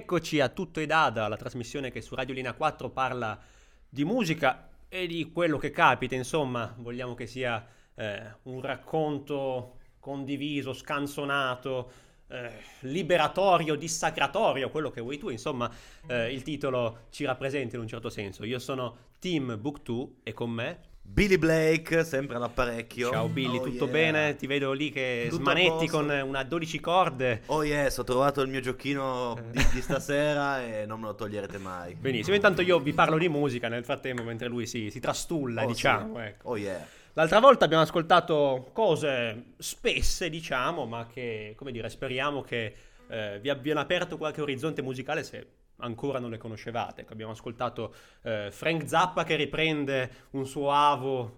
Eccoci a Tutto e Dada, la trasmissione che su Radio Linea 4 parla di musica e di quello che capita, insomma, vogliamo che sia un racconto condiviso, scanzonato, liberatorio, dissacratorio, quello che vuoi tu, insomma, il titolo ci rappresenta in un certo senso. Io sono Team Book2 e con me Billy Blake, sempre all'apparecchio. Ciao Billy, tutto bene? Ti vedo lì che tutto smanetti con una 12 corde. Oh yes, ho trovato il mio giochino di stasera e non me lo toglierete mai. Benissimo, intanto io vi parlo di musica nel frattempo mentre lui si trastulla, diciamo. Sì. Ecco. Oh yeah. L'altra volta abbiamo ascoltato cose spesse, diciamo, ma che, come dire, speriamo che vi abbiano aperto qualche orizzonte musicale se ancora non le conoscevate. Abbiamo ascoltato Frank Zappa che riprende un suo avo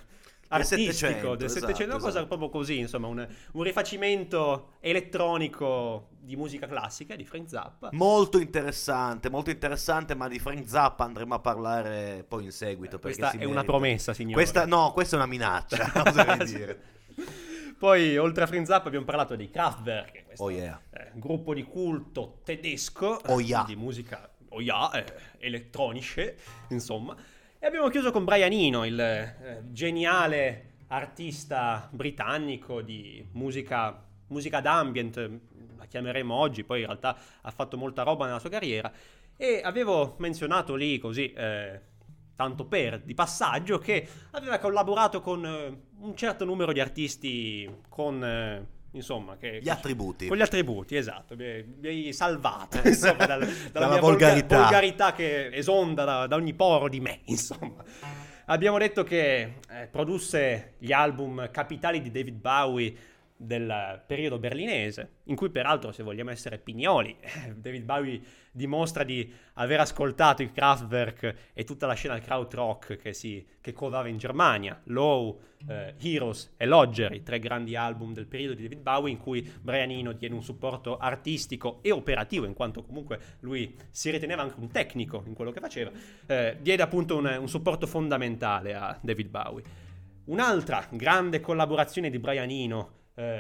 artistico del 700, una cosa proprio così, insomma, un rifacimento elettronico di musica classica di Frank Zappa. Molto interessante, ma di Frank Zappa andremo a parlare poi in seguito. Questa è una promessa, signore. Questa è una minaccia, oserei dire. Poi, oltre a Frank Zappa, abbiamo parlato di Kraftwerk, questo yeah. Gruppo di culto tedesco di musica elettronische, insomma. E abbiamo chiuso con Brian Eno, il geniale artista britannico di musica d'ambient, la chiameremo oggi, poi in realtà ha fatto molta roba nella sua carriera. E avevo menzionato lì così, tanto per, di passaggio, che aveva collaborato con un certo numero di artisti con... insomma, gli attributi. Con gli attributi, esatto. Mi hai salvato, insomma, dalla mia volgarità che esonda da ogni poro di me, insomma. Abbiamo detto che produsse gli album capitali di David Bowie del periodo berlinese, in cui peraltro, se vogliamo essere pignoli, David Bowie dimostra di aver ascoltato il Kraftwerk e tutta la scena krautrock che covava in Germania, Low, Heroes e Lodger, i tre grandi album del periodo di David Bowie, in cui Brian Eno diede un supporto artistico e operativo, in quanto comunque lui si riteneva anche un tecnico in quello che faceva, diede appunto un supporto fondamentale a David Bowie. Un'altra grande collaborazione di Brian Eno,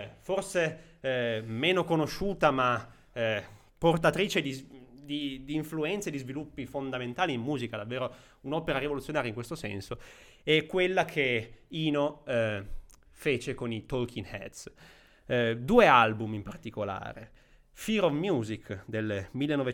forse meno conosciuta ma portatrice di influenze e di sviluppi fondamentali in musica, davvero un'opera rivoluzionaria in questo senso, è quella che Eno fece con i Talking Heads. Due album in particolare: Fear of Music del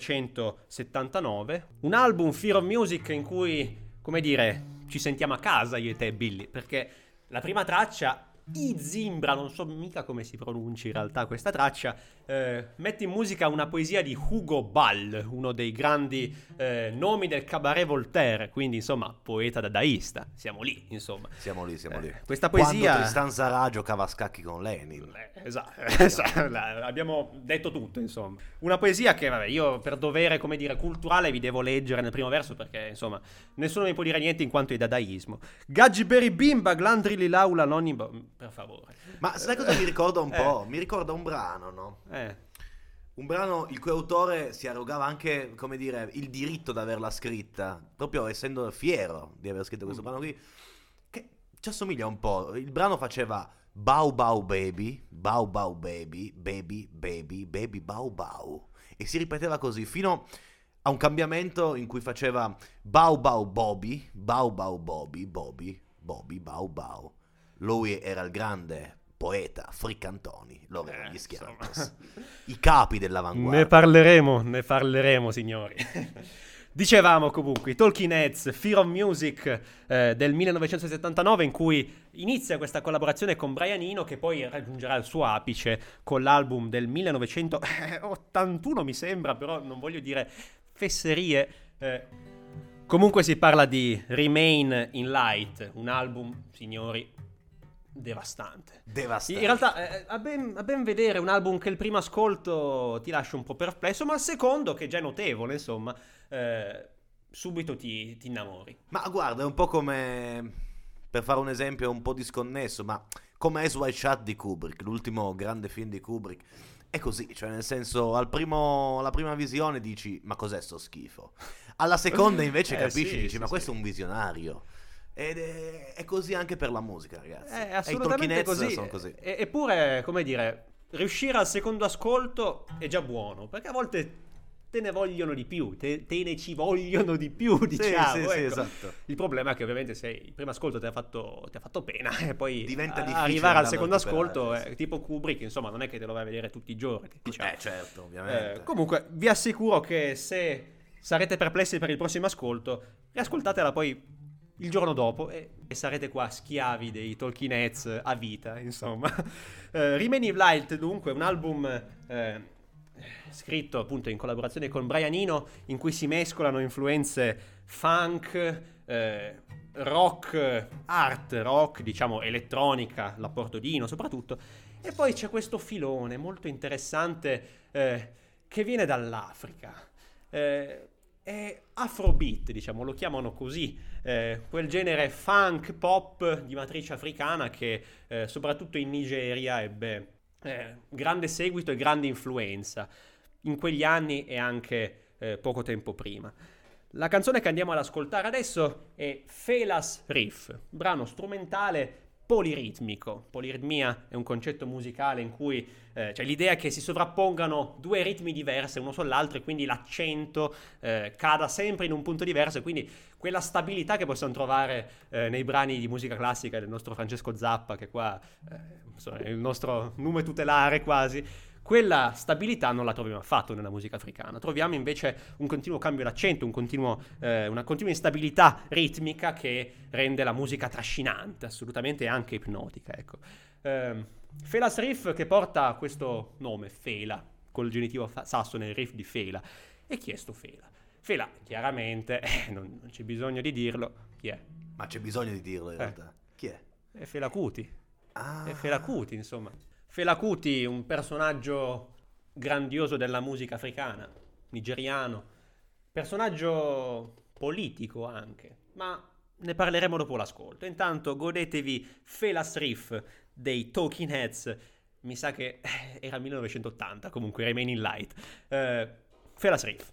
1979, un album Fear of Music in cui, come dire, ci sentiamo a casa io e te, Billy, perché la prima traccia, I Zimbra, non so mica come si pronunci in realtà questa traccia, mette in musica una poesia di Hugo Ball, uno dei grandi nomi del cabaret Voltaire, quindi insomma poeta dadaista. Siamo lì, insomma. Siamo lì. Questa poesia... Quando Tristan Tzara giocava a scacchi con Lenin. Esatto. Abbiamo detto tutto, insomma. Una poesia che, vabbè, io per dovere, come dire, culturale vi devo leggere nel primo verso perché, insomma, nessuno mi può dire niente in quanto è dadaismo. Gaggi beri bimba, glandri li laula nonni... Per favore. Ma sai cosa mi ricorda un po'? Mi ricorda un brano, no? Un brano il cui autore si arrogava anche, come dire, il diritto di averla scritta, proprio essendo fiero di aver scritto questo brano qui, che ci assomiglia un po'. Il brano faceva Bow Bow Baby, Bow Bow Baby, Baby Baby Baby Bow Bow, e si ripeteva così fino a un cambiamento in cui faceva Bow Bow Bobby, Bow Bow Bobby, Bobby Bobby Bow Bow. Lui era il grande poeta Fricantoni, loro erano gli Schiantos, i capi dell'avanguardia. Ne parleremo, signori. Dicevamo comunque, i Talking Heads, Fear of Music del 1979, in cui inizia questa collaborazione con Brian Eno, che poi raggiungerà il suo apice con l'album del 1981, mi sembra, però non voglio dire fesserie. Comunque si parla di Remain in Light, un album, signori, devastante. In realtà, a ben vedere, un album che il primo ascolto ti lascia un po' perplesso, ma il secondo, che è già notevole, insomma, subito ti innamori. Ma guarda, è un po' come, per fare un esempio un po' disconnesso, ma come Eyes Wide Shut di Kubrick, l'ultimo grande film di Kubrick. È così, cioè nel senso, alla prima visione dici, ma cos'è sto schifo? Alla seconda invece capisci, dici, ma questo è un visionario. Ed è così anche per la musica, ragazzi. È assolutamente così. Sono così. Eppure, come dire, riuscire al secondo ascolto è già buono, perché a volte te ne vogliono di più, te ne ci vogliono di più, diciamo. Sì, ecco. esatto. Il problema è che ovviamente se il primo ascolto ti ha fatto pena e poi diventa difficile arrivare al secondo ascolto sì. è tipo Kubrick, insomma, non è che te lo vai a vedere tutti i giorni, diciamo. Certo, ovviamente. Comunque vi assicuro che se sarete perplessi per il prossimo ascolto, riascoltatela poi il giorno dopo e sarete qua schiavi dei Talking Heads a vita, insomma. Remaining Light, dunque, un album scritto appunto in collaborazione con Brian Eno, in cui si mescolano influenze funk, rock, art rock, diciamo elettronica, l'apporto di Eno soprattutto, e poi c'è questo filone molto interessante che viene dall'Africa. È Afrobeat, diciamo, lo chiamano così, quel genere funk pop di matrice africana che soprattutto in Nigeria ebbe grande seguito e grande influenza in quegli anni e anche poco tempo prima. La canzone che andiamo ad ascoltare adesso è Fela's Riff, brano strumentale poliritmico. Poliritmia è un concetto musicale in cui c'è l'idea che si sovrappongano due ritmi diversi uno sull'altro e quindi l'accento cada sempre in un punto diverso, e quindi quella stabilità che possiamo trovare nei brani di musica classica del nostro Francesco Zappa, che qua è il nostro nome tutelare quasi. Quella stabilità non la troviamo affatto nella musica africana. Troviamo invece un continuo cambio d'accento, una continua instabilità ritmica che rende la musica trascinante, assolutamente anche ipnotica. Ecco. Fela's Riff, che porta questo nome, Fela, col genitivo sasso nel riff di Fela. E chi è sto Fela? Fela, chiaramente, non c'è bisogno di dirlo, chi è? Ma c'è bisogno di dirlo in realtà. Chi è? È Fela Kuti. Ah. È Fela Kuti, insomma. Fela Kuti, un personaggio grandioso della musica africana, nigeriano, personaggio politico anche, ma ne parleremo dopo l'ascolto. Intanto godetevi Fela's Riff dei Talking Heads, mi sa che era 1980, comunque Remaining Light. Fela's Riff.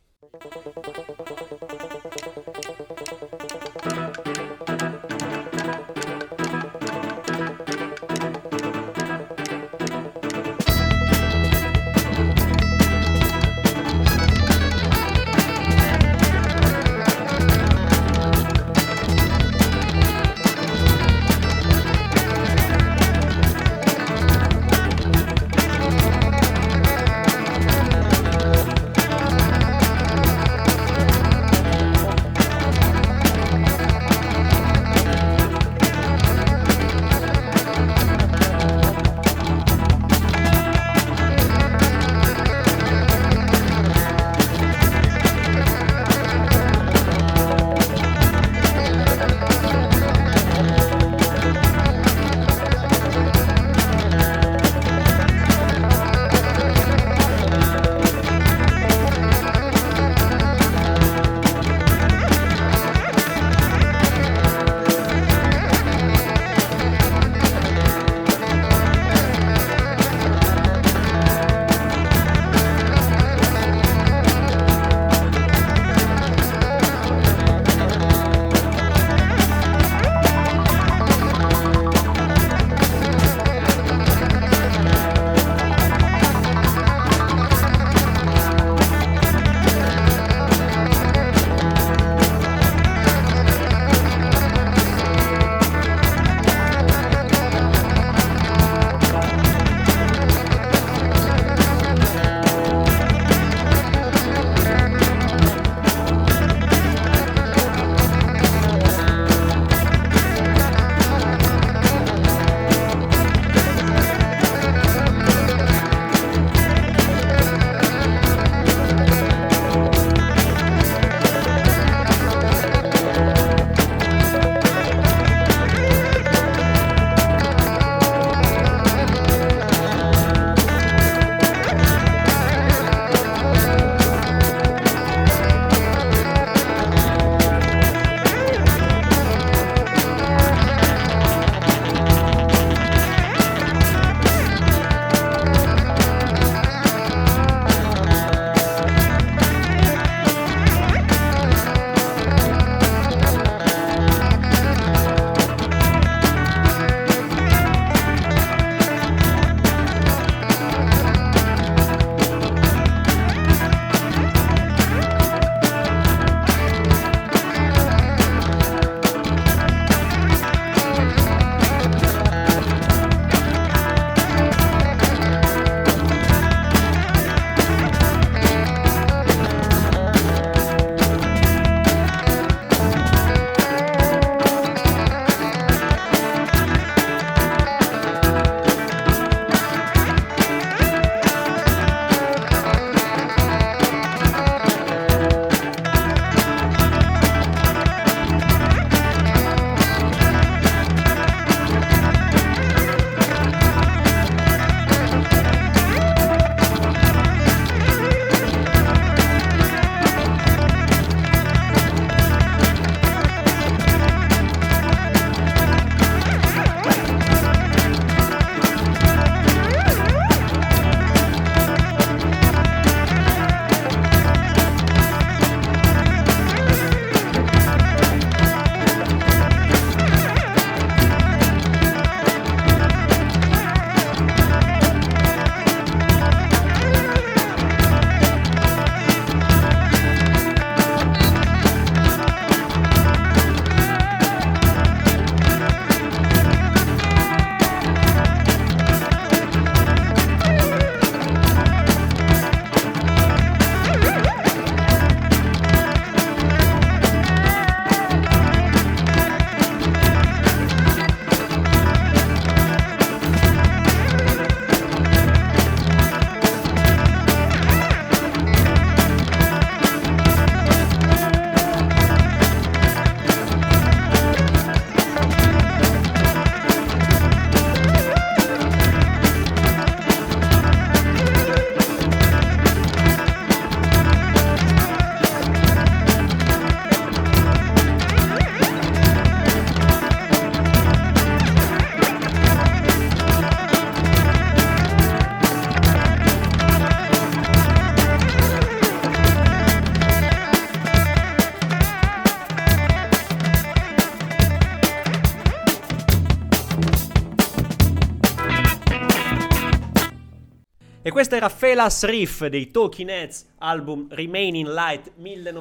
questa era Fela's Riff dei Talking Heads, album Remaining Light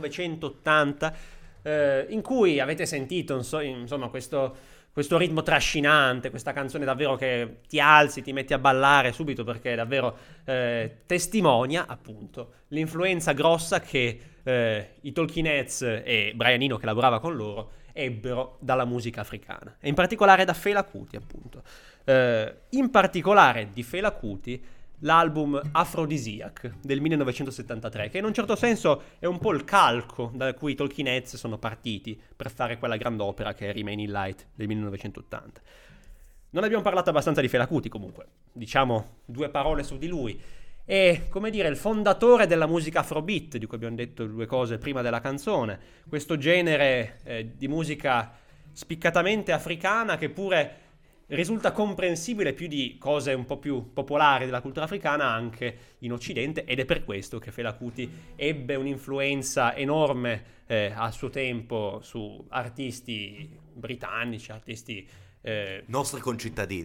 1980, in cui avete sentito insomma questo ritmo trascinante, questa canzone davvero che ti alzi, ti metti a ballare subito, perché davvero testimonia appunto l'influenza grossa che i Talking Heads e Brian Eno, che lavorava con loro, ebbero dalla musica africana, e in particolare da Fela Kuti appunto. In particolare di Fela Kuti l'album Aphrodisiac del 1973, che in un certo senso è un po' il calco da cui i Talking Heads sono partiti per fare quella grand'opera che è Remaining Light del 1980. Non abbiamo parlato abbastanza di Fela Kuti, comunque diciamo due parole su di lui. È, come dire, il fondatore della musica afrobeat, di cui abbiamo detto due cose prima della canzone, questo genere di musica spiccatamente africana che pure risulta comprensibile più di cose un po' più popolari della cultura africana anche in Occidente, ed è per questo che Fela Kuti ebbe un'influenza enorme a suo tempo su artisti britannici, artisti nostri concittadini,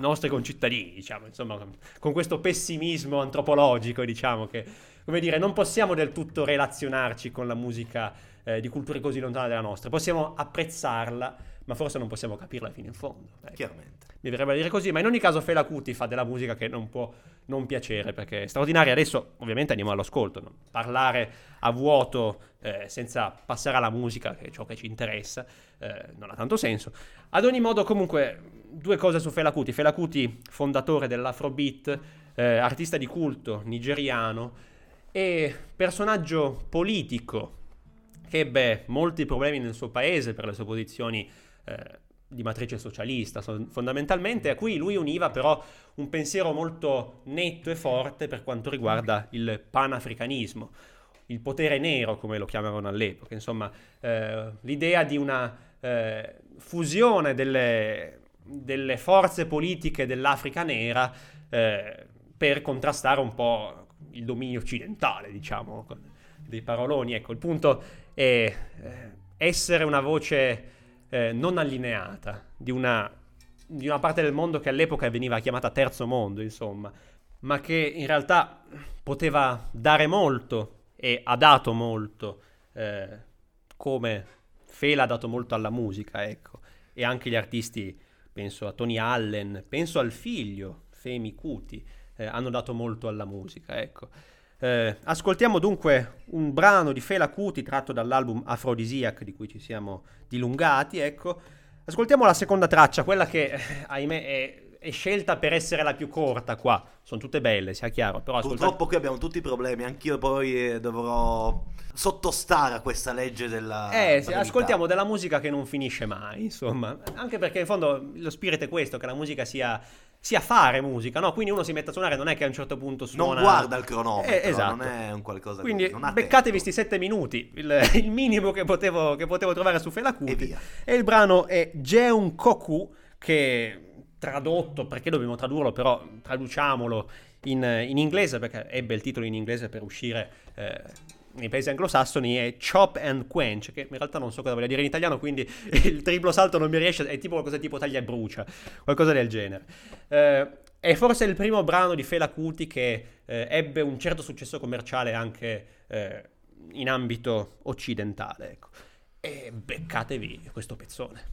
diciamo, insomma, con questo pessimismo antropologico, diciamo, che, come dire, non possiamo del tutto relazionarci con la musica di culture così lontane dalla nostra. Possiamo apprezzarla, ma forse non possiamo capirla fino in fondo. Chiaramente. Mi verrebbe a dire così, ma in ogni caso Fela Kuti fa della musica che non può non piacere, perché è straordinaria. Adesso ovviamente andiamo all'ascolto, no? Parlare a vuoto senza passare alla musica, che è ciò che ci interessa, non ha tanto senso. Ad ogni modo, comunque, due cose su Fela Kuti. Fela Kuti, fondatore dell'Afrobeat, artista di culto nigeriano e personaggio politico che ebbe molti problemi nel suo paese per le sue posizioni di matrice socialista, fondamentalmente, a cui lui univa però un pensiero molto netto e forte per quanto riguarda il panafricanismo, il potere nero, come lo chiamavano all'epoca, insomma, l'idea di una fusione delle forze politiche dell'Africa nera per contrastare un po' il dominio occidentale, diciamo, con dei paroloni. Ecco, il punto è essere una voce non allineata di una parte del mondo che all'epoca veniva chiamata terzo mondo, insomma, ma che in realtà poteva dare molto e ha dato molto, come Fela ha dato molto alla musica, ecco, e anche gli artisti, penso a Tony Allen, penso al figlio Femi Kuti, hanno dato molto alla musica, ecco. Ascoltiamo dunque un brano di Fela Kuti tratto dall'album Aphrodisiac, di cui ci siamo dilungati, ecco. Ascoltiamo la seconda traccia, quella che ahimè è scelta per essere la più corta qua. Sono tutte belle, sia chiaro, però purtroppo qui abbiamo tutti i problemi. Anch'io poi dovrò sottostare a questa legge della sì, ascoltiamo della musica che non finisce mai, insomma. Anche perché in fondo lo spirito è questo, che la musica sia fare musica, no? Quindi uno si mette a suonare, non è che a un certo punto suona, non guarda il cronometro, esatto. Non è un qualcosa. Quindi non beccatevi sti 7 minuti, il minimo che potevo trovare su Fela Kuti, e il brano è Jeun Koku, che tradotto, perché dobbiamo tradurlo, però traduciamolo in inglese, perché ebbe il titolo in inglese per uscire nei paesi anglosassoni, è Chop and Quench, che in realtà non so cosa voglia dire in italiano, quindi il triplo salto non mi riesce, è tipo qualcosa tipo taglia e brucia, qualcosa del genere. È forse il primo brano di Fela Kuti che ebbe un certo successo commerciale anche in ambito occidentale, ecco. E beccatevi questo pezzone.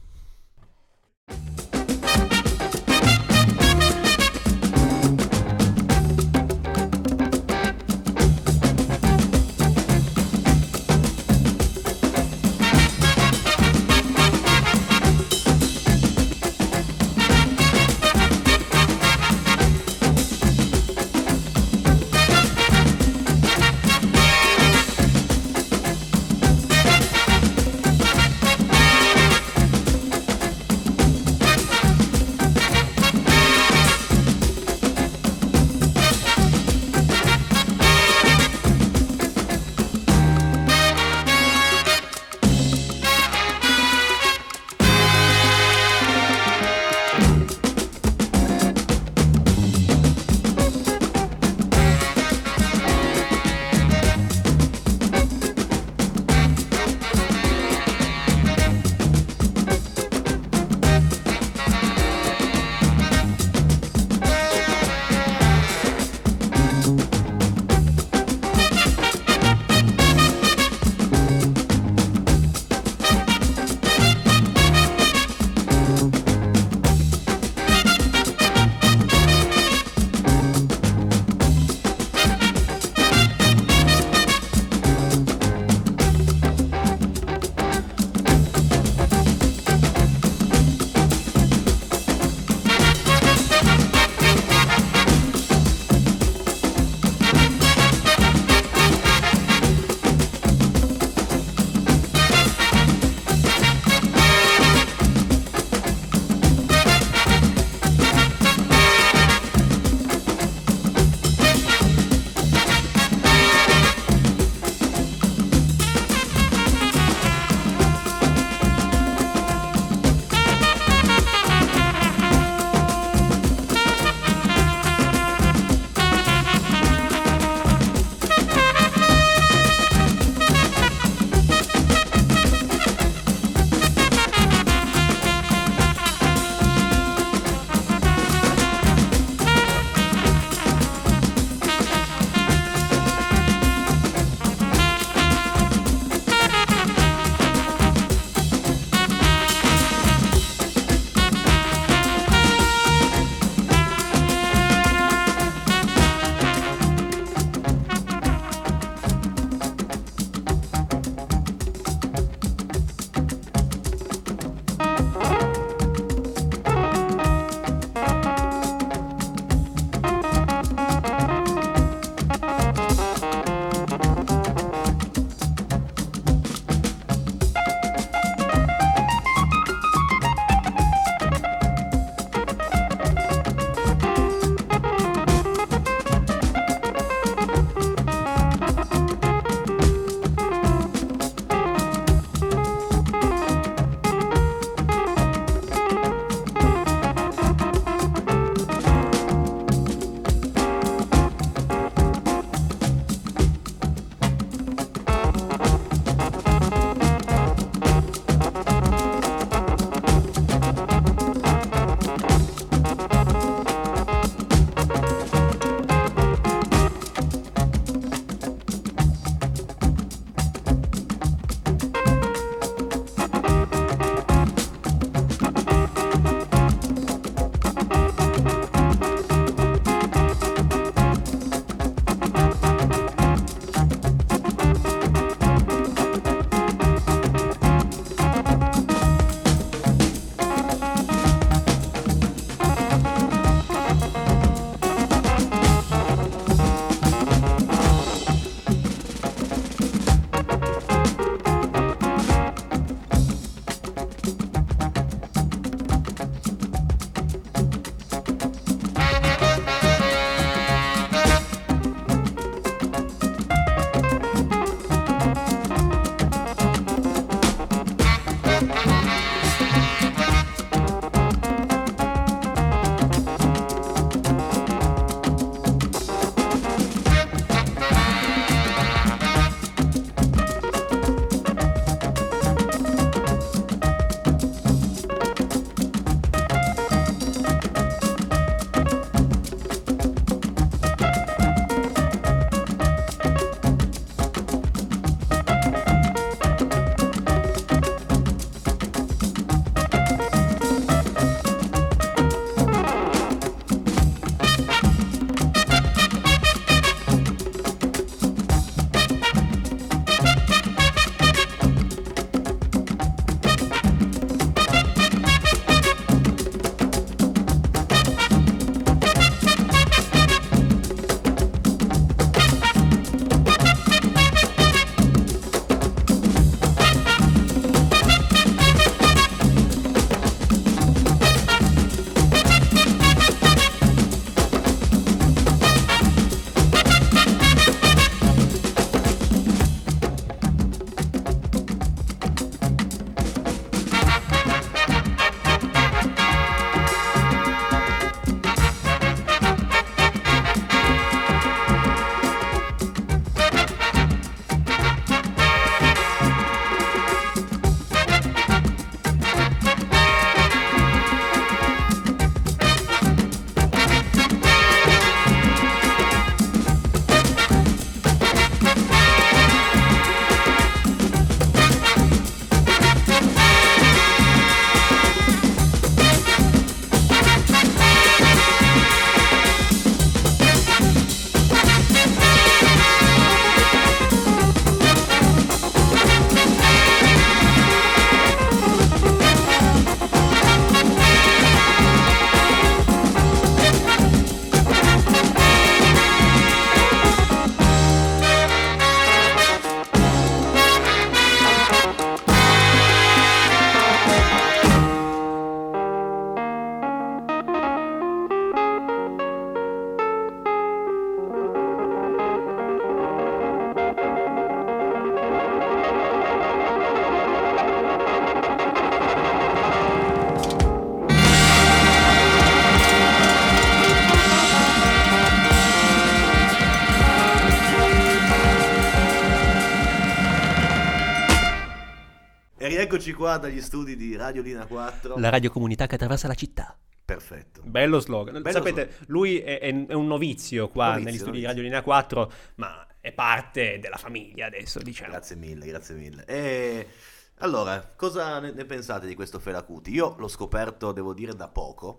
E rieccoci qua dagli studi di Radio Linea 4. La radiocomunità che attraversa la città. Perfetto. Bello slogan. Sapete, lui è un novizio qua negli studi di Radio Linea 4, ma è parte della famiglia adesso, diciamo. Grazie mille. E allora, cosa ne pensate di questo Fela Kuti? Io l'ho scoperto, devo dire, da poco.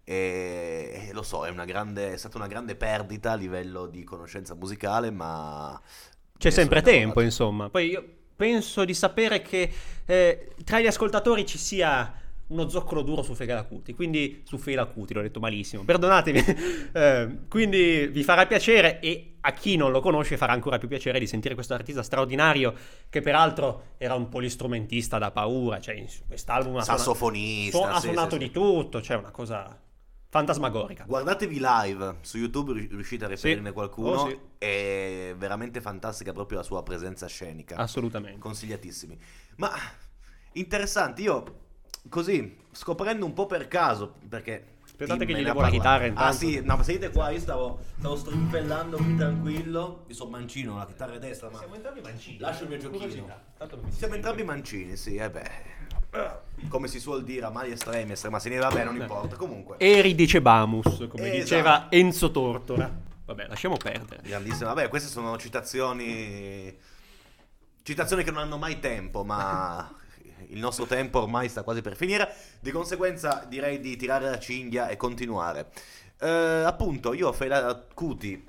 E lo so, è stata una grande perdita a livello di conoscenza musicale, ma c'è sempre tempo, insomma. Poi io penso di sapere che tra gli ascoltatori ci sia uno zoccolo duro su Fela Kuti, quindi su Fela Kuti, l'ho detto malissimo, perdonatemi. Quindi vi farà piacere, e a chi non lo conosce farà ancora più piacere di sentire questo artista straordinario, che peraltro era un polistrumentista da paura, cioè in quest'album sassofonista, ha suonato di tutto, cioè una cosa fantasmagorica. Guardatevi live su YouTube, riuscite a reperirne qualcuno. Sì. È veramente fantastica proprio la sua presenza scenica. Assolutamente. Consigliatissimi. Ma interessante, io così, scoprendo un po' per caso, perché aspettate che gli levo la chitarra intanto. Ah sì, no, sentite qua, io stavo strimpellando qui tranquillo. Io sono mancino, la chitarra è destra, ma siamo entrambi mancini. Lascio il mio giochino. Siamo entrambi mancini, sì, come si suol dire, a mali estremi, estrema sinistra, vabbè, non importa, comunque. Eri dicebamus, come diceva Enzo Tortora. Vabbè, lasciamo perdere. Grandissimo, vabbè, queste sono citazioni che non hanno mai tempo, ma il nostro tempo ormai sta quasi per finire, di conseguenza direi di tirare la cinghia e continuare. Appunto, io Fela Kuti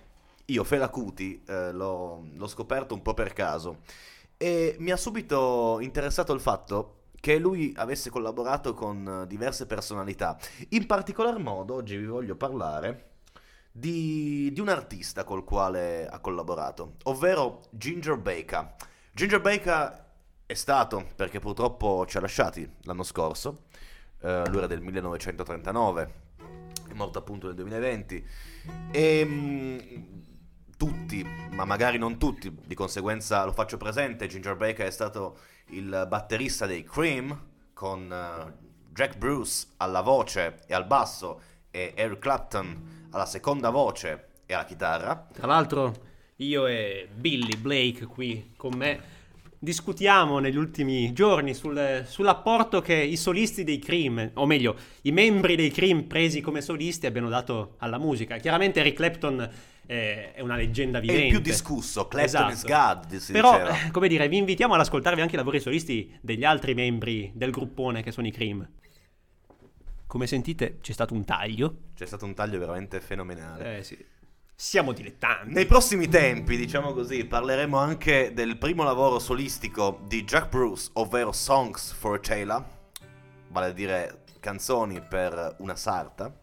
l'ho scoperto un po' per caso, e mi ha subito interessato il fatto che lui avesse collaborato con diverse personalità. In particolar modo oggi vi voglio parlare di un artista col quale ha collaborato, ovvero Ginger Baker. Ginger Baker è stato, perché purtroppo ci ha lasciati l'anno scorso, lui era del 1939, è morto appunto nel 2020, e tutti, ma magari non tutti, di conseguenza lo faccio presente, Ginger Baker è stato il batterista dei Cream, con Jack Bruce alla voce e al basso e Eric Clapton alla seconda voce e alla chitarra. Tra l'altro io e Billy Blake qui con me discutiamo negli ultimi giorni sull'apporto che i solisti dei Cream, o meglio, i membri dei Cream presi come solisti abbiano dato alla musica. Chiaramente Eric Clapton è una leggenda vivente. È il più discusso, Clapton is God, si Però, diceva. come dire, vi invitiamo ad ascoltarvi anche i lavori solisti degli altri membri del gruppone che sono i Cream. Come sentite c'è stato un taglio. C'è stato un taglio veramente fenomenale. Sì. Siamo dilettanti. Nei prossimi tempi, diciamo così, parleremo anche del primo lavoro solistico di Jack Bruce, ovvero Songs for a Tailor, vale a dire canzoni per una sarta,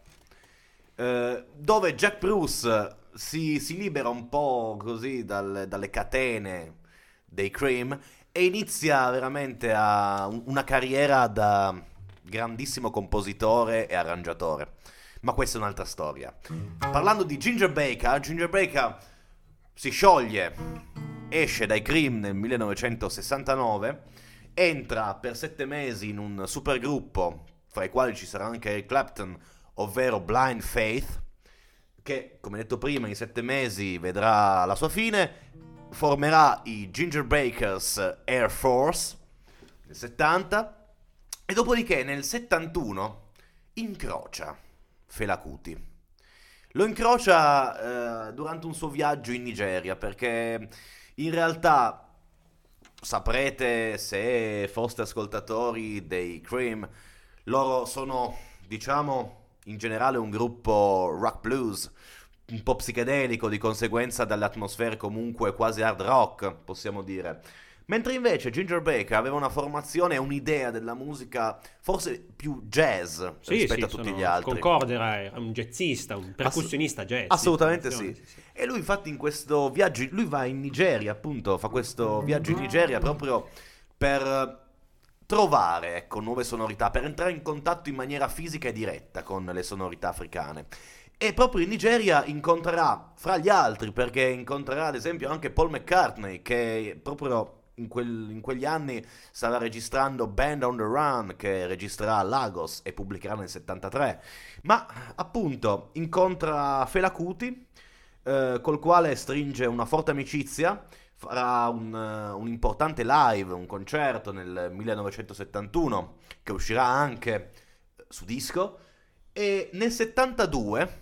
dove Jack Bruce si libera un po' così dalle catene dei Cream e inizia veramente una carriera da grandissimo compositore e arrangiatore. Ma questa è un'altra storia. Parlando di Ginger Baker si scioglie, esce dai Cream nel 1969, entra per 7 mesi in un supergruppo, fra i quali ci sarà anche Eric Clapton, ovvero Blind Faith, che, come detto prima, in 7 mesi vedrà la sua fine, formerà i Ginger Bakers Air Force nel 70, e dopodiché nel 71 incrocia Fela Kuti. Lo incrocia durante un suo viaggio in Nigeria, perché in realtà saprete, se foste ascoltatori dei Cream, loro sono, diciamo, in generale un gruppo rock blues, un po' psichedelico, di conseguenza dalle atmosfere comunque quasi hard rock, possiamo dire. Mentre invece Ginger Baker aveva una formazione e un'idea della musica forse più jazz rispetto a tutti gli altri. Concordo, era un jazzista, un percussionista jazz. Assolutamente sì. E lui infatti in questo viaggio, lui va in Nigeria appunto, fa questo viaggio in Nigeria proprio per trovare, ecco, nuove sonorità, per entrare in contatto in maniera fisica e diretta con le sonorità africane. E proprio in Nigeria incontrerà, fra gli altri, perché incontrerà ad esempio anche Paul McCartney, che proprio in quegli anni stava registrando Band on the Run, che registrerà a Lagos e pubblicherà nel 73. Ma appunto incontra Fela Kuti, col quale stringe una forte amicizia, farà un importante live, un concerto nel 1971 che uscirà anche su disco, e nel 72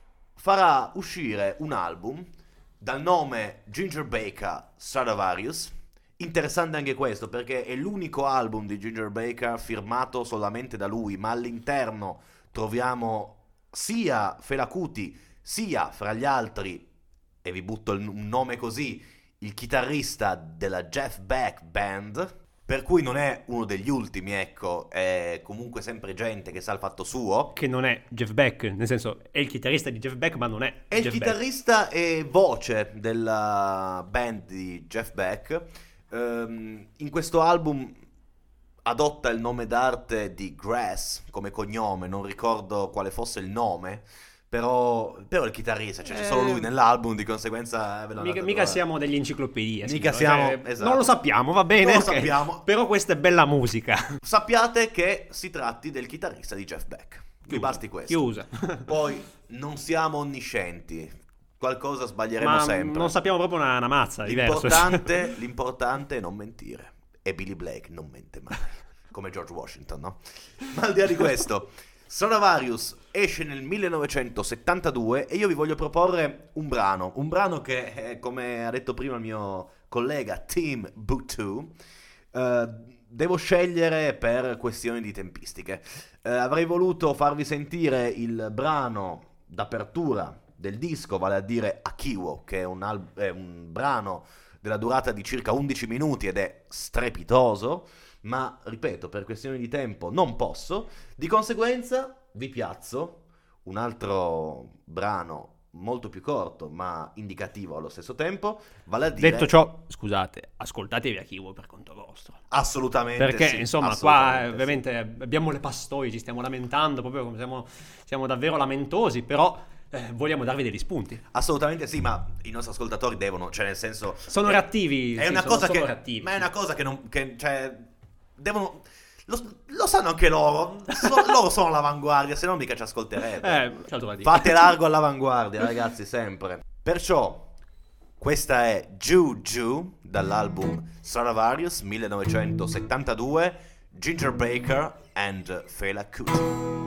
farà uscire un album dal nome Ginger Baker Stradivarius. Interessante anche questo, perché è l'unico album di Ginger Baker firmato solamente da lui, ma all'interno troviamo sia Fela Kuti, sia fra gli altri, e vi butto un nome così, il chitarrista della Jeff Beck Band, per cui non è uno degli ultimi, ecco, è comunque sempre gente che sa il fatto suo. Che non è Jeff Beck, nel senso è il chitarrista di Jeff Beck, ma non è Jeff il chitarrista Beck. E voce della band di Jeff Beck. In questo album adotta il nome d'arte di Grass come cognome, non ricordo quale fosse il nome, però il chitarrista, cioè c'è solo lui nell'album, di conseguenza mica siamo degli enciclopedie, mica siamo, esatto. Non lo sappiamo, va bene, non lo sappiamo, però questa è bella musica. Sappiate che si tratti del chitarrista di Jeff Beck, vi basti questo. Chiusa. Poi non siamo onniscienti, qualcosa sbaglieremo sempre. Non sappiamo proprio una mazza, l'importante è non mentire. E Billy Blake non mente mai, come George Washington, no? Ma al di là di questo, Stradivarius esce nel 1972 e io vi voglio proporre un brano che, come ha detto prima il mio collega Tim Butu, devo scegliere per questioni di tempistiche. Avrei voluto farvi sentire il brano d'apertura del disco, vale a dire Akiwo, che è un brano della durata di circa 11 minuti ed è strepitoso, ma ripeto, per questioni di tempo non posso, di conseguenza vi piazzo un altro brano molto più corto ma indicativo allo stesso tempo, vale a dire... Detto ciò, scusate, ascoltatevi Akiwo per conto vostro. Assolutamente. Perché sì, insomma assolutamente qua ovviamente abbiamo le pastoie, ci stiamo lamentando proprio come siamo davvero lamentosi, però vogliamo darvi degli spunti. Assolutamente sì, ma i nostri ascoltatori devono, cioè nel senso... Sono reattivi. È sì, una cosa che... reattivi. Ma è una cosa che non... Che, cioè, devono... Lo sanno anche loro. Loro sono all'avanguardia, se no mica ci ascolterebbe. Fate largo all'avanguardia, ragazzi, sempre. Perciò, questa è Juju, dall'album Stradivarius 1972, Ginger Baker and Fela Kuti.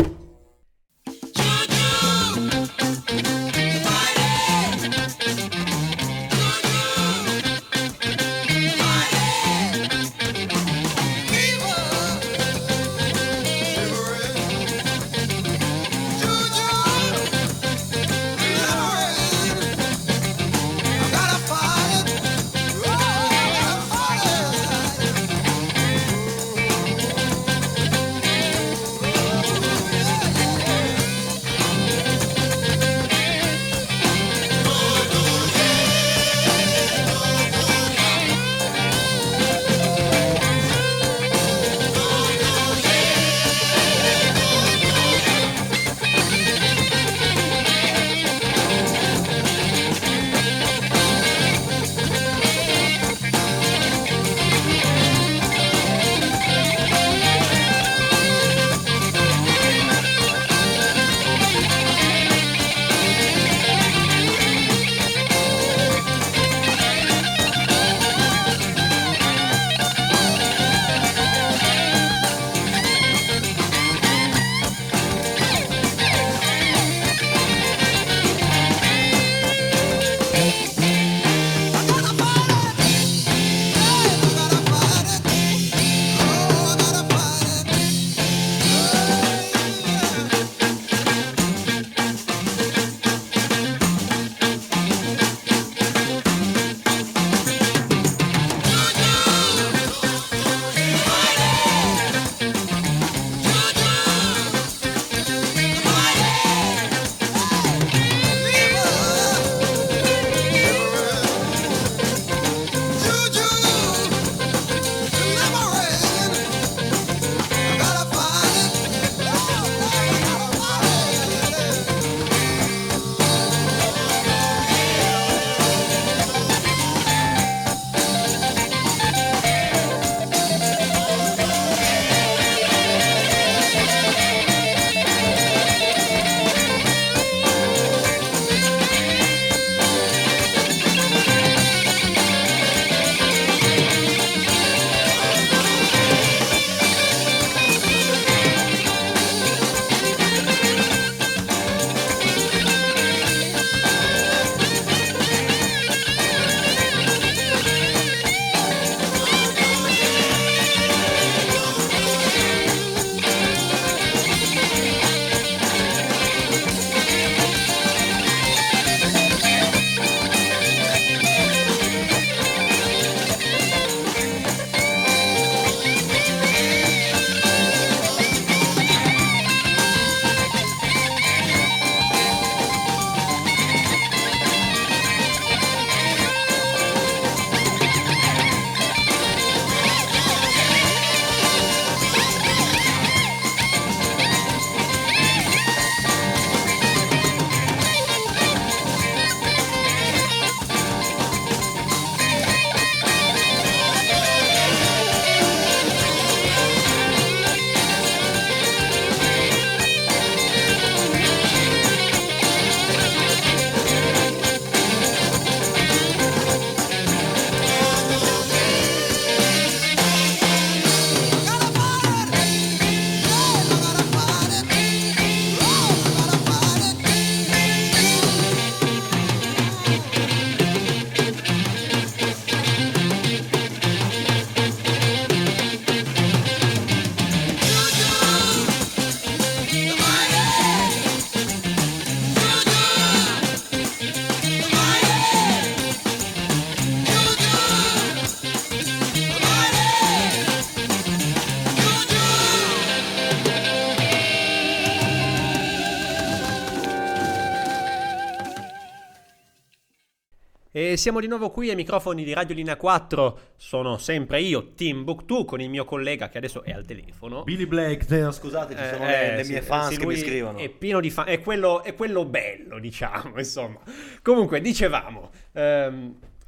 E siamo di nuovo qui ai microfoni di Radio Linea 4. Sono sempre io, Timbuktu, con il mio collega che adesso è al telefono, Billy Blake. Scusate, ci sono le mie fans che mi scrivono. È pieno di fan, è quello bello, diciamo, insomma. Comunque, dicevamo,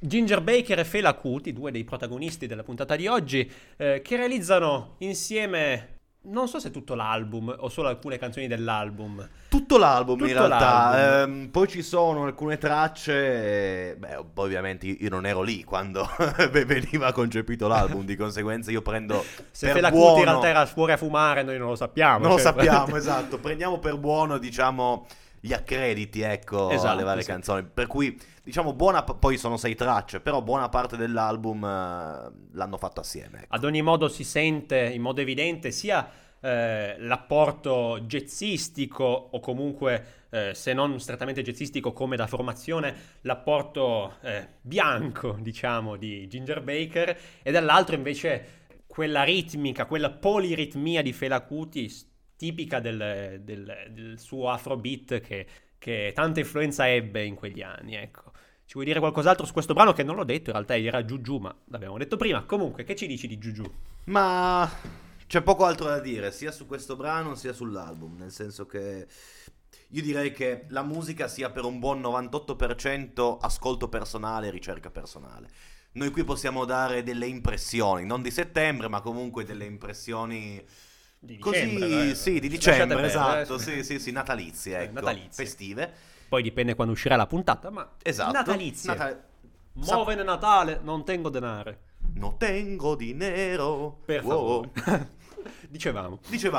Ginger Baker e Fela Kuti, due dei protagonisti della puntata di oggi, che realizzano insieme, non so se tutto l'album o solo alcune canzoni dell'album. Tutto l'album in realtà. Poi ci sono alcune tracce, poi ovviamente io non ero lì quando veniva concepito l'album, di conseguenza io prendo se Fela Kuti in realtà era fuori a fumare, noi non lo sappiamo. Non lo sappiamo, esatto, prendiamo per buono, diciamo, gli accrediti, ecco, esatto, alle varie canzoni, per cui diciamo poi sono 6 tracce, però buona parte dell'album l'hanno fatto assieme, ecco. Ad ogni modo si sente in modo evidente sia l'apporto jazzistico o comunque se non strettamente jazzistico come da formazione, l'apporto bianco, diciamo, di Ginger Baker, e dall'altro invece quella ritmica, quella poliritmia di Fela Kuti tipica del suo afrobeat che tanta influenza ebbe in quegli anni, ecco. Ci vuoi dire qualcos'altro su questo brano che non l'ho detto, in realtà era Juju, ma l'abbiamo detto prima. Comunque, che ci dici di Juju? Ma c'è poco altro da dire, sia su questo brano sia sull'album, nel senso che io direi che la musica sia per un buon 98% ascolto personale e ricerca personale. Noi qui possiamo dare delle impressioni, non di settembre, ma comunque delle impressioni di dicembre, così, sì, di dicembre, esatto, sì, natalizie, ecco, natalizie, festive. Poi dipende quando uscirà la puntata, ma esatto, natalizie. Muove Natale, non tengo denaro. Non tengo dinero. Per favore. Dicevamo.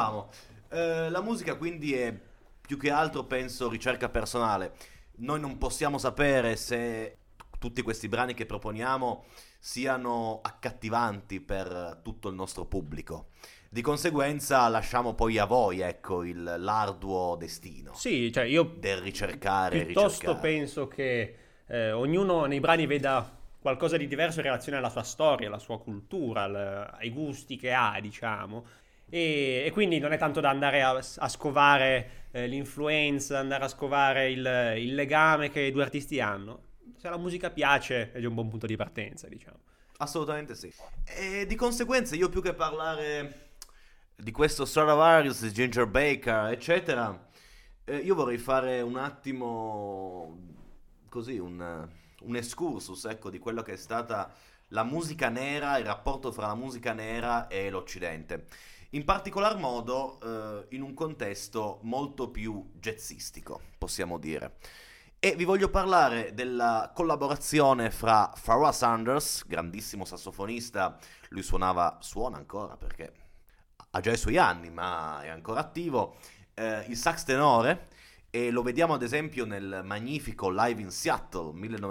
La musica quindi è più che altro, penso, ricerca personale. Noi non possiamo sapere se tutti questi brani che proponiamo siano accattivanti per tutto il nostro pubblico. Di conseguenza lasciamo poi a voi, ecco, l'arduo destino. Sì, cioè io del ricercare e piuttosto penso che ognuno nei brani veda qualcosa di diverso in relazione alla sua storia, alla sua cultura, ai gusti che ha, diciamo. E quindi non è tanto da andare a scovare l'influenza, andare a scovare il legame che i due artisti hanno. Se la musica piace è già un buon punto di partenza, diciamo. Assolutamente sì. E di conseguenza io, più che parlare di questo Stradivarius, Ginger Baker, eccetera, io vorrei fare un attimo così un excursus, ecco, di quello che è stata la musica nera, il rapporto fra la musica nera e l'Occidente. In particolar modo in un contesto molto più jazzistico, possiamo dire. E vi voglio parlare della collaborazione fra Pharoah Sanders, grandissimo sassofonista, lui suona ancora perché ha già i suoi anni, ma è ancora attivo, il sax tenore, e lo vediamo ad esempio nel magnifico Live in Seattle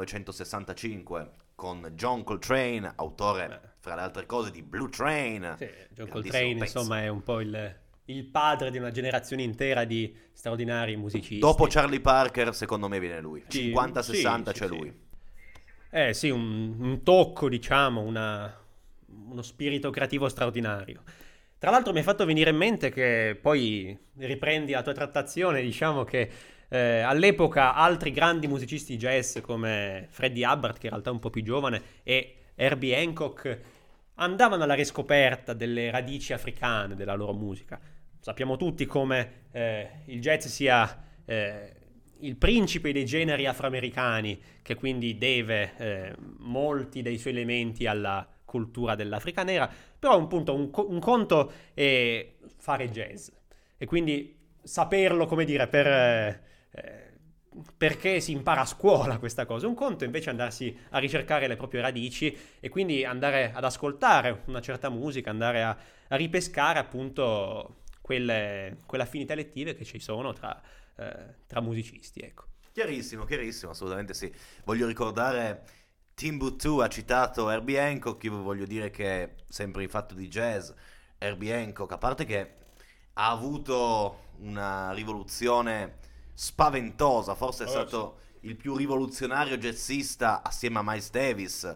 1965 con John Coltrane, autore fra le altre cose di Blue Train. Sì, John Coltrane insomma è un po' il padre di una generazione intera di straordinari musicisti. Dopo Charlie Parker secondo me viene lui, 50-60 c'è lui. Sì, un tocco, diciamo, uno spirito creativo straordinario. Tra l'altro mi hai fatto venire in mente che poi riprendi la tua trattazione, diciamo che all'epoca altri grandi musicisti jazz come Freddie Hubbard, che in realtà è un po' più giovane, e Herbie Hancock andavano alla riscoperta delle radici africane della loro musica. Sappiamo tutti come il jazz sia il principe dei generi afroamericani, che quindi deve molti dei suoi elementi alla cultura dell'Africa nera, però un conto è fare jazz e quindi saperlo, come dire, perché si impara a scuola questa cosa. Un conto invece è andarsi a ricercare le proprie radici e quindi andare ad ascoltare una certa musica, andare a ripescare appunto quelle affinità elettive che ci sono tra musicisti, ecco. Chiarissimo, assolutamente sì. Voglio ricordare Timbuktu ha citato Herbie Hancock, io voglio dire che sempre in fatto di jazz, Herbie Hancock, a parte che ha avuto una rivoluzione spaventosa, forse è stato il più rivoluzionario jazzista assieme a Miles Davis,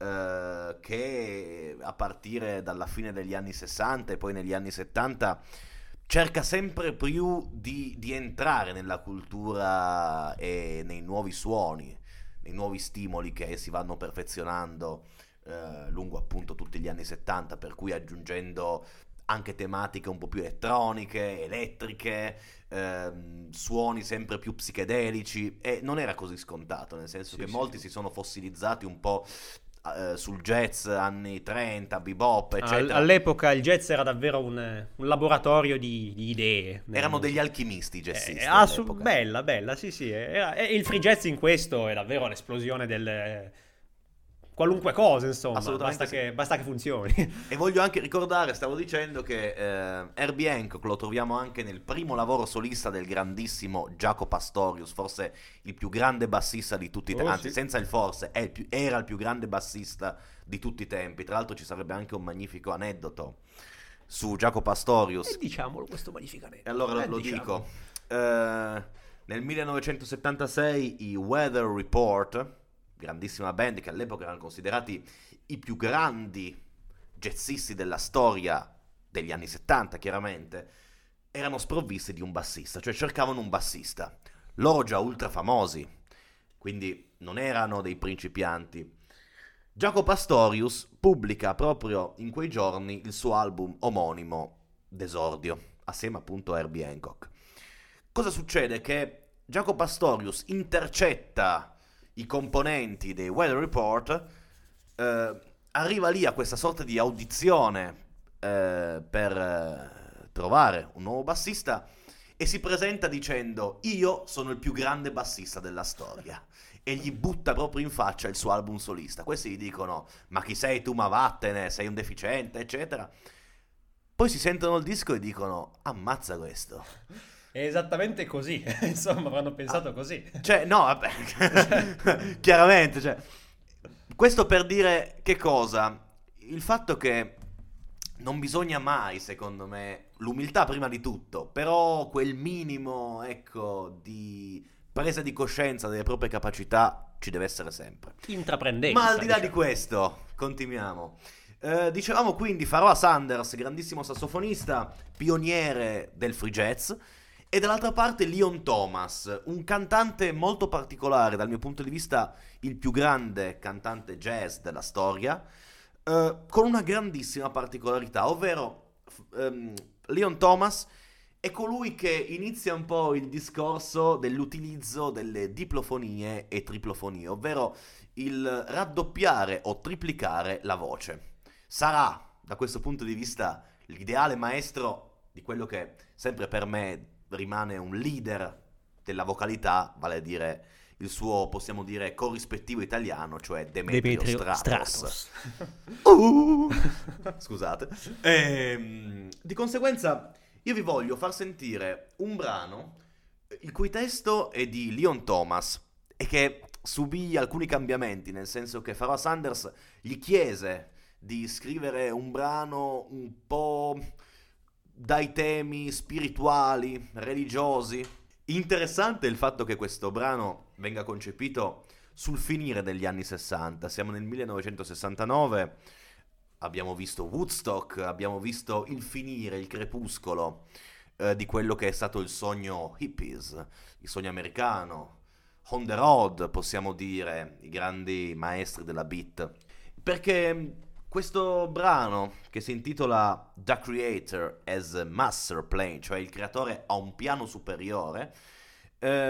che a partire dalla fine degli anni 60 e poi negli anni 70 cerca sempre più di entrare nella cultura e nei nuovi suoni, nei nuovi stimoli che si vanno perfezionando lungo appunto tutti gli anni 70, per cui aggiungendo anche tematiche un po' più elettroniche, elettriche, suoni sempre più psichedelici, e non era così scontato, nel senso che molti si sono fossilizzati un po' sul jazz anni 30, bebop, eccetera. All'epoca il jazz era davvero un laboratorio di idee. Erano degli alchimisti jazzisti. Bella, sì. E il free jazz in questo è davvero un'esplosione del... qualunque cosa, insomma, basta che funzioni. E voglio anche ricordare, stavo dicendo, che Herbie Hancock lo troviamo anche nel primo lavoro solista del grandissimo Jaco Pastorius, forse il più grande bassista di tutti i tempi, anzi senza il forse, era il più grande bassista di tutti i tempi. Tra l'altro ci sarebbe anche un magnifico aneddoto su Jaco Pastorius. E diciamolo questo magnifico aneddoto. E allora lo dico. Nel 1976 i Weather Report, grandissima band che all'epoca erano considerati i più grandi jazzisti della storia degli anni 70, chiaramente, erano sprovvisti di un bassista, cioè cercavano un bassista. Loro già ultra famosi, quindi non erano dei principianti. Jaco Pastorius pubblica proprio in quei giorni il suo album omonimo d'esordio, assieme appunto a Herbie Hancock. Cosa succede? Che Jaco Pastorius intercetta i componenti dei Weather Report, arriva lì a questa sorta di audizione per trovare un nuovo bassista e si presenta dicendo: io sono il più grande bassista della storia, e gli butta proprio in faccia il suo album solista. Questi gli dicono: ma chi sei tu, ma vattene, sei un deficiente, eccetera. Poi si sentono il disco e dicono: ammazza questo. È esattamente così, insomma, avranno pensato così. Cioè, no, vabbè, chiaramente, cioè, questo per dire che cosa? Il fatto che non bisogna mai, secondo me, l'umiltà prima di tutto, però quel minimo, ecco, di presa di coscienza delle proprie capacità ci deve essere sempre. Intraprendenza. Ma al di là di questo, continuiamo. Dicevamo quindi Pharoah Sanders, grandissimo sassofonista, pioniere del free jazz. E dall'altra parte Leon Thomas, un cantante molto particolare, dal mio punto di vista il più grande cantante jazz della storia, con una grandissima particolarità, ovvero Leon Thomas è colui che inizia un po' il discorso dell'utilizzo delle diplofonie e triplofonie, ovvero il raddoppiare o triplicare la voce. Sarà, da questo punto di vista, l'ideale maestro di quello che sempre per me rimane un leader della vocalità, vale a dire il suo, possiamo dire, corrispettivo italiano, cioè Demetrio Stratos. Scusate. Di conseguenza io vi voglio far sentire un brano il cui testo è di Leon Thomas e che subì alcuni cambiamenti, nel senso che Pharoah Sanders gli chiese di scrivere un brano un po' dai temi spirituali, religiosi. Interessante il fatto che questo brano venga concepito sul finire degli anni 60. Siamo nel 1969, abbiamo visto Woodstock, abbiamo visto il finire, il crepuscolo di quello che è stato il sogno hippies, il sogno americano, on the road, possiamo dire, i grandi maestri della beat. Perché questo brano, che si intitola The Creator as a Master Plane, cioè il creatore ha un piano superiore, è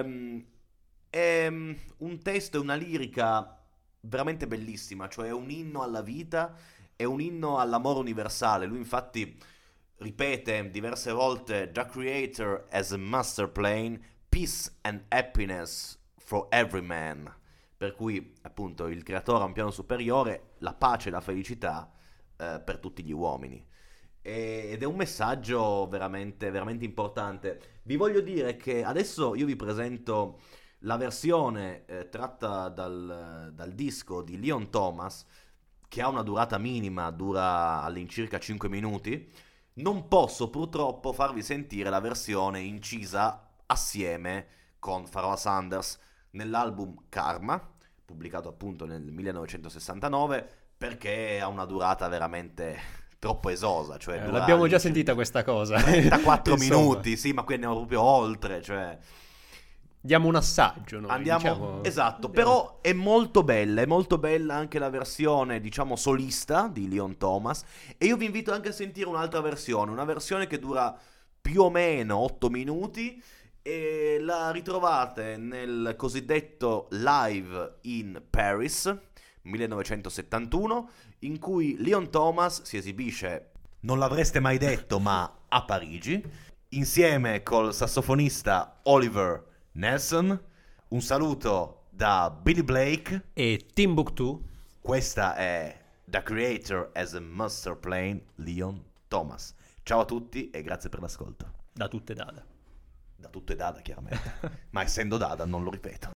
un testo e una lirica veramente bellissima, cioè è un inno alla vita, è un inno all'amore universale. Lui infatti ripete diverse volte The Creator as a Master Plane, peace and happiness for every man. Per cui, appunto, il creatore ha un piano superiore, la pace e la felicità per tutti gli uomini. Ed è un messaggio veramente, veramente importante. Vi voglio dire che adesso io vi presento la versione tratta dal disco di Leon Thomas, che ha una durata minima, dura all'incirca 5 minuti. Non posso purtroppo farvi sentire la versione incisa assieme con Pharoah Sanders nell'album Karma, pubblicato appunto nel 1969, perché ha una durata veramente troppo esosa, cioè l'abbiamo già sentita questa cosa. 34 minuti, sì, ma qui andiamo proprio oltre, cioè diamo un assaggio noi, diciamo. Esatto, però è molto bella anche la versione, diciamo, solista di Leon Thomas, e io vi invito anche a sentire un'altra versione, una versione che dura più o meno 8 minuti, e la ritrovate nel cosiddetto Live in Paris 1971, in cui Leon Thomas si esibisce, non l'avreste mai detto, ma a Parigi, insieme col sassofonista Oliver Nelson. Un saluto da Billy Blake e Timbuktu. Questa è The Creator as a Master Plan, Leon Thomas. Ciao a tutti e grazie per l'ascolto. Da tutte Dada. Da tutte Dada, chiaramente. Ma essendo Dada non lo ripeto.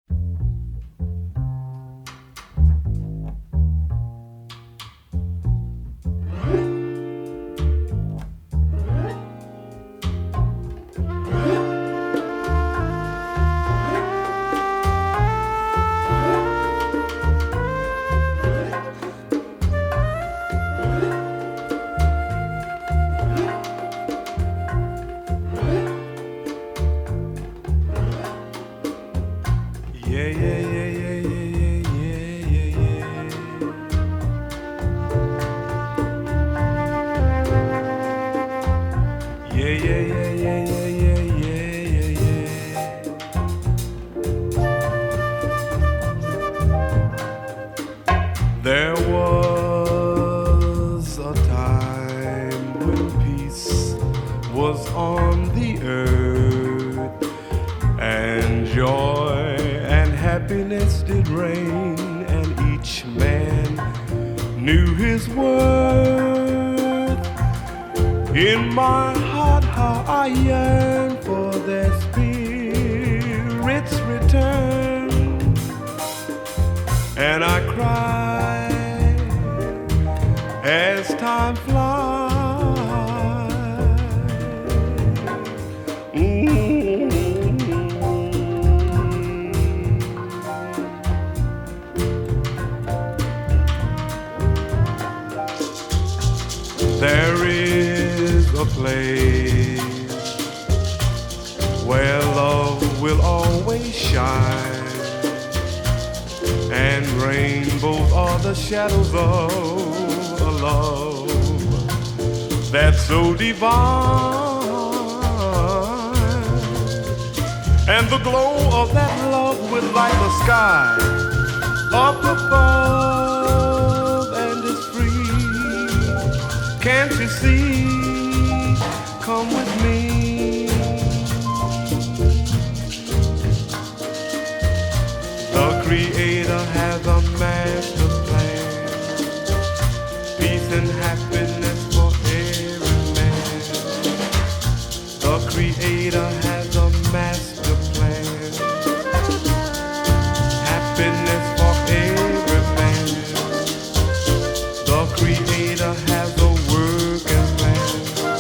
There was a time when peace was on the earth, and joy and happiness did reign, and each man knew his worth. In my heart how I yearn for their spirits' return, and I cry as time flies. There is a place where love will always shine, and rainbows are the shadows of a love that's so divine, and the glow of that love will light the sky up above, and it's free. Can't you see? Come with me. The Creator has a master plan, peace and happiness for every man. The Creator has a master plan, happiness for every man. The Creator has a working plan,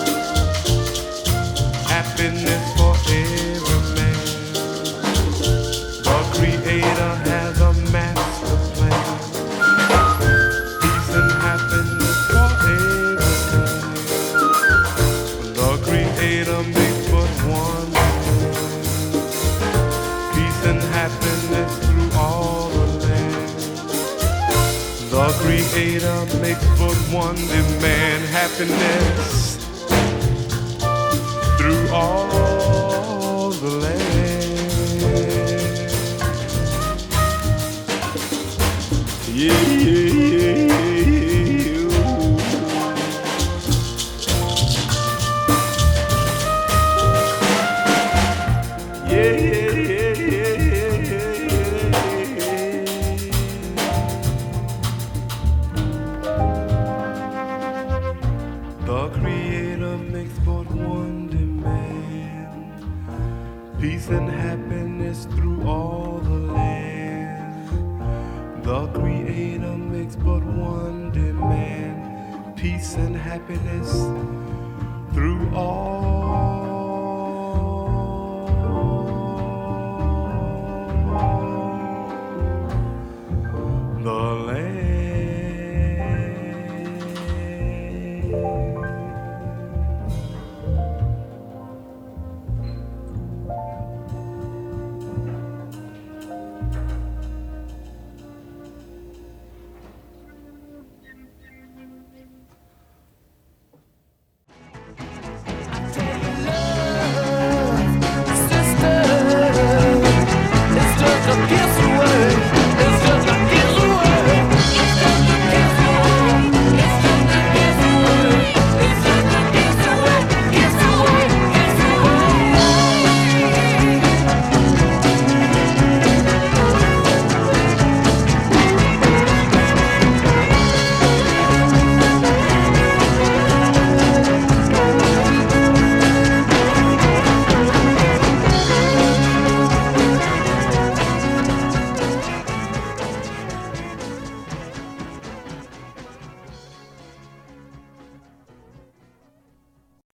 happiness for every man. The Creator has a master plan, peace and happiness for every man. The Creator makes but one man, peace and happiness through all the land. The Creator makes but one demand, happiness through all the land. Yeah, yeah, yeah, yeah, yeah, yeah, The Creator makes but one demand, peace and happiness through all the land. The Creator makes but one demand, peace and happiness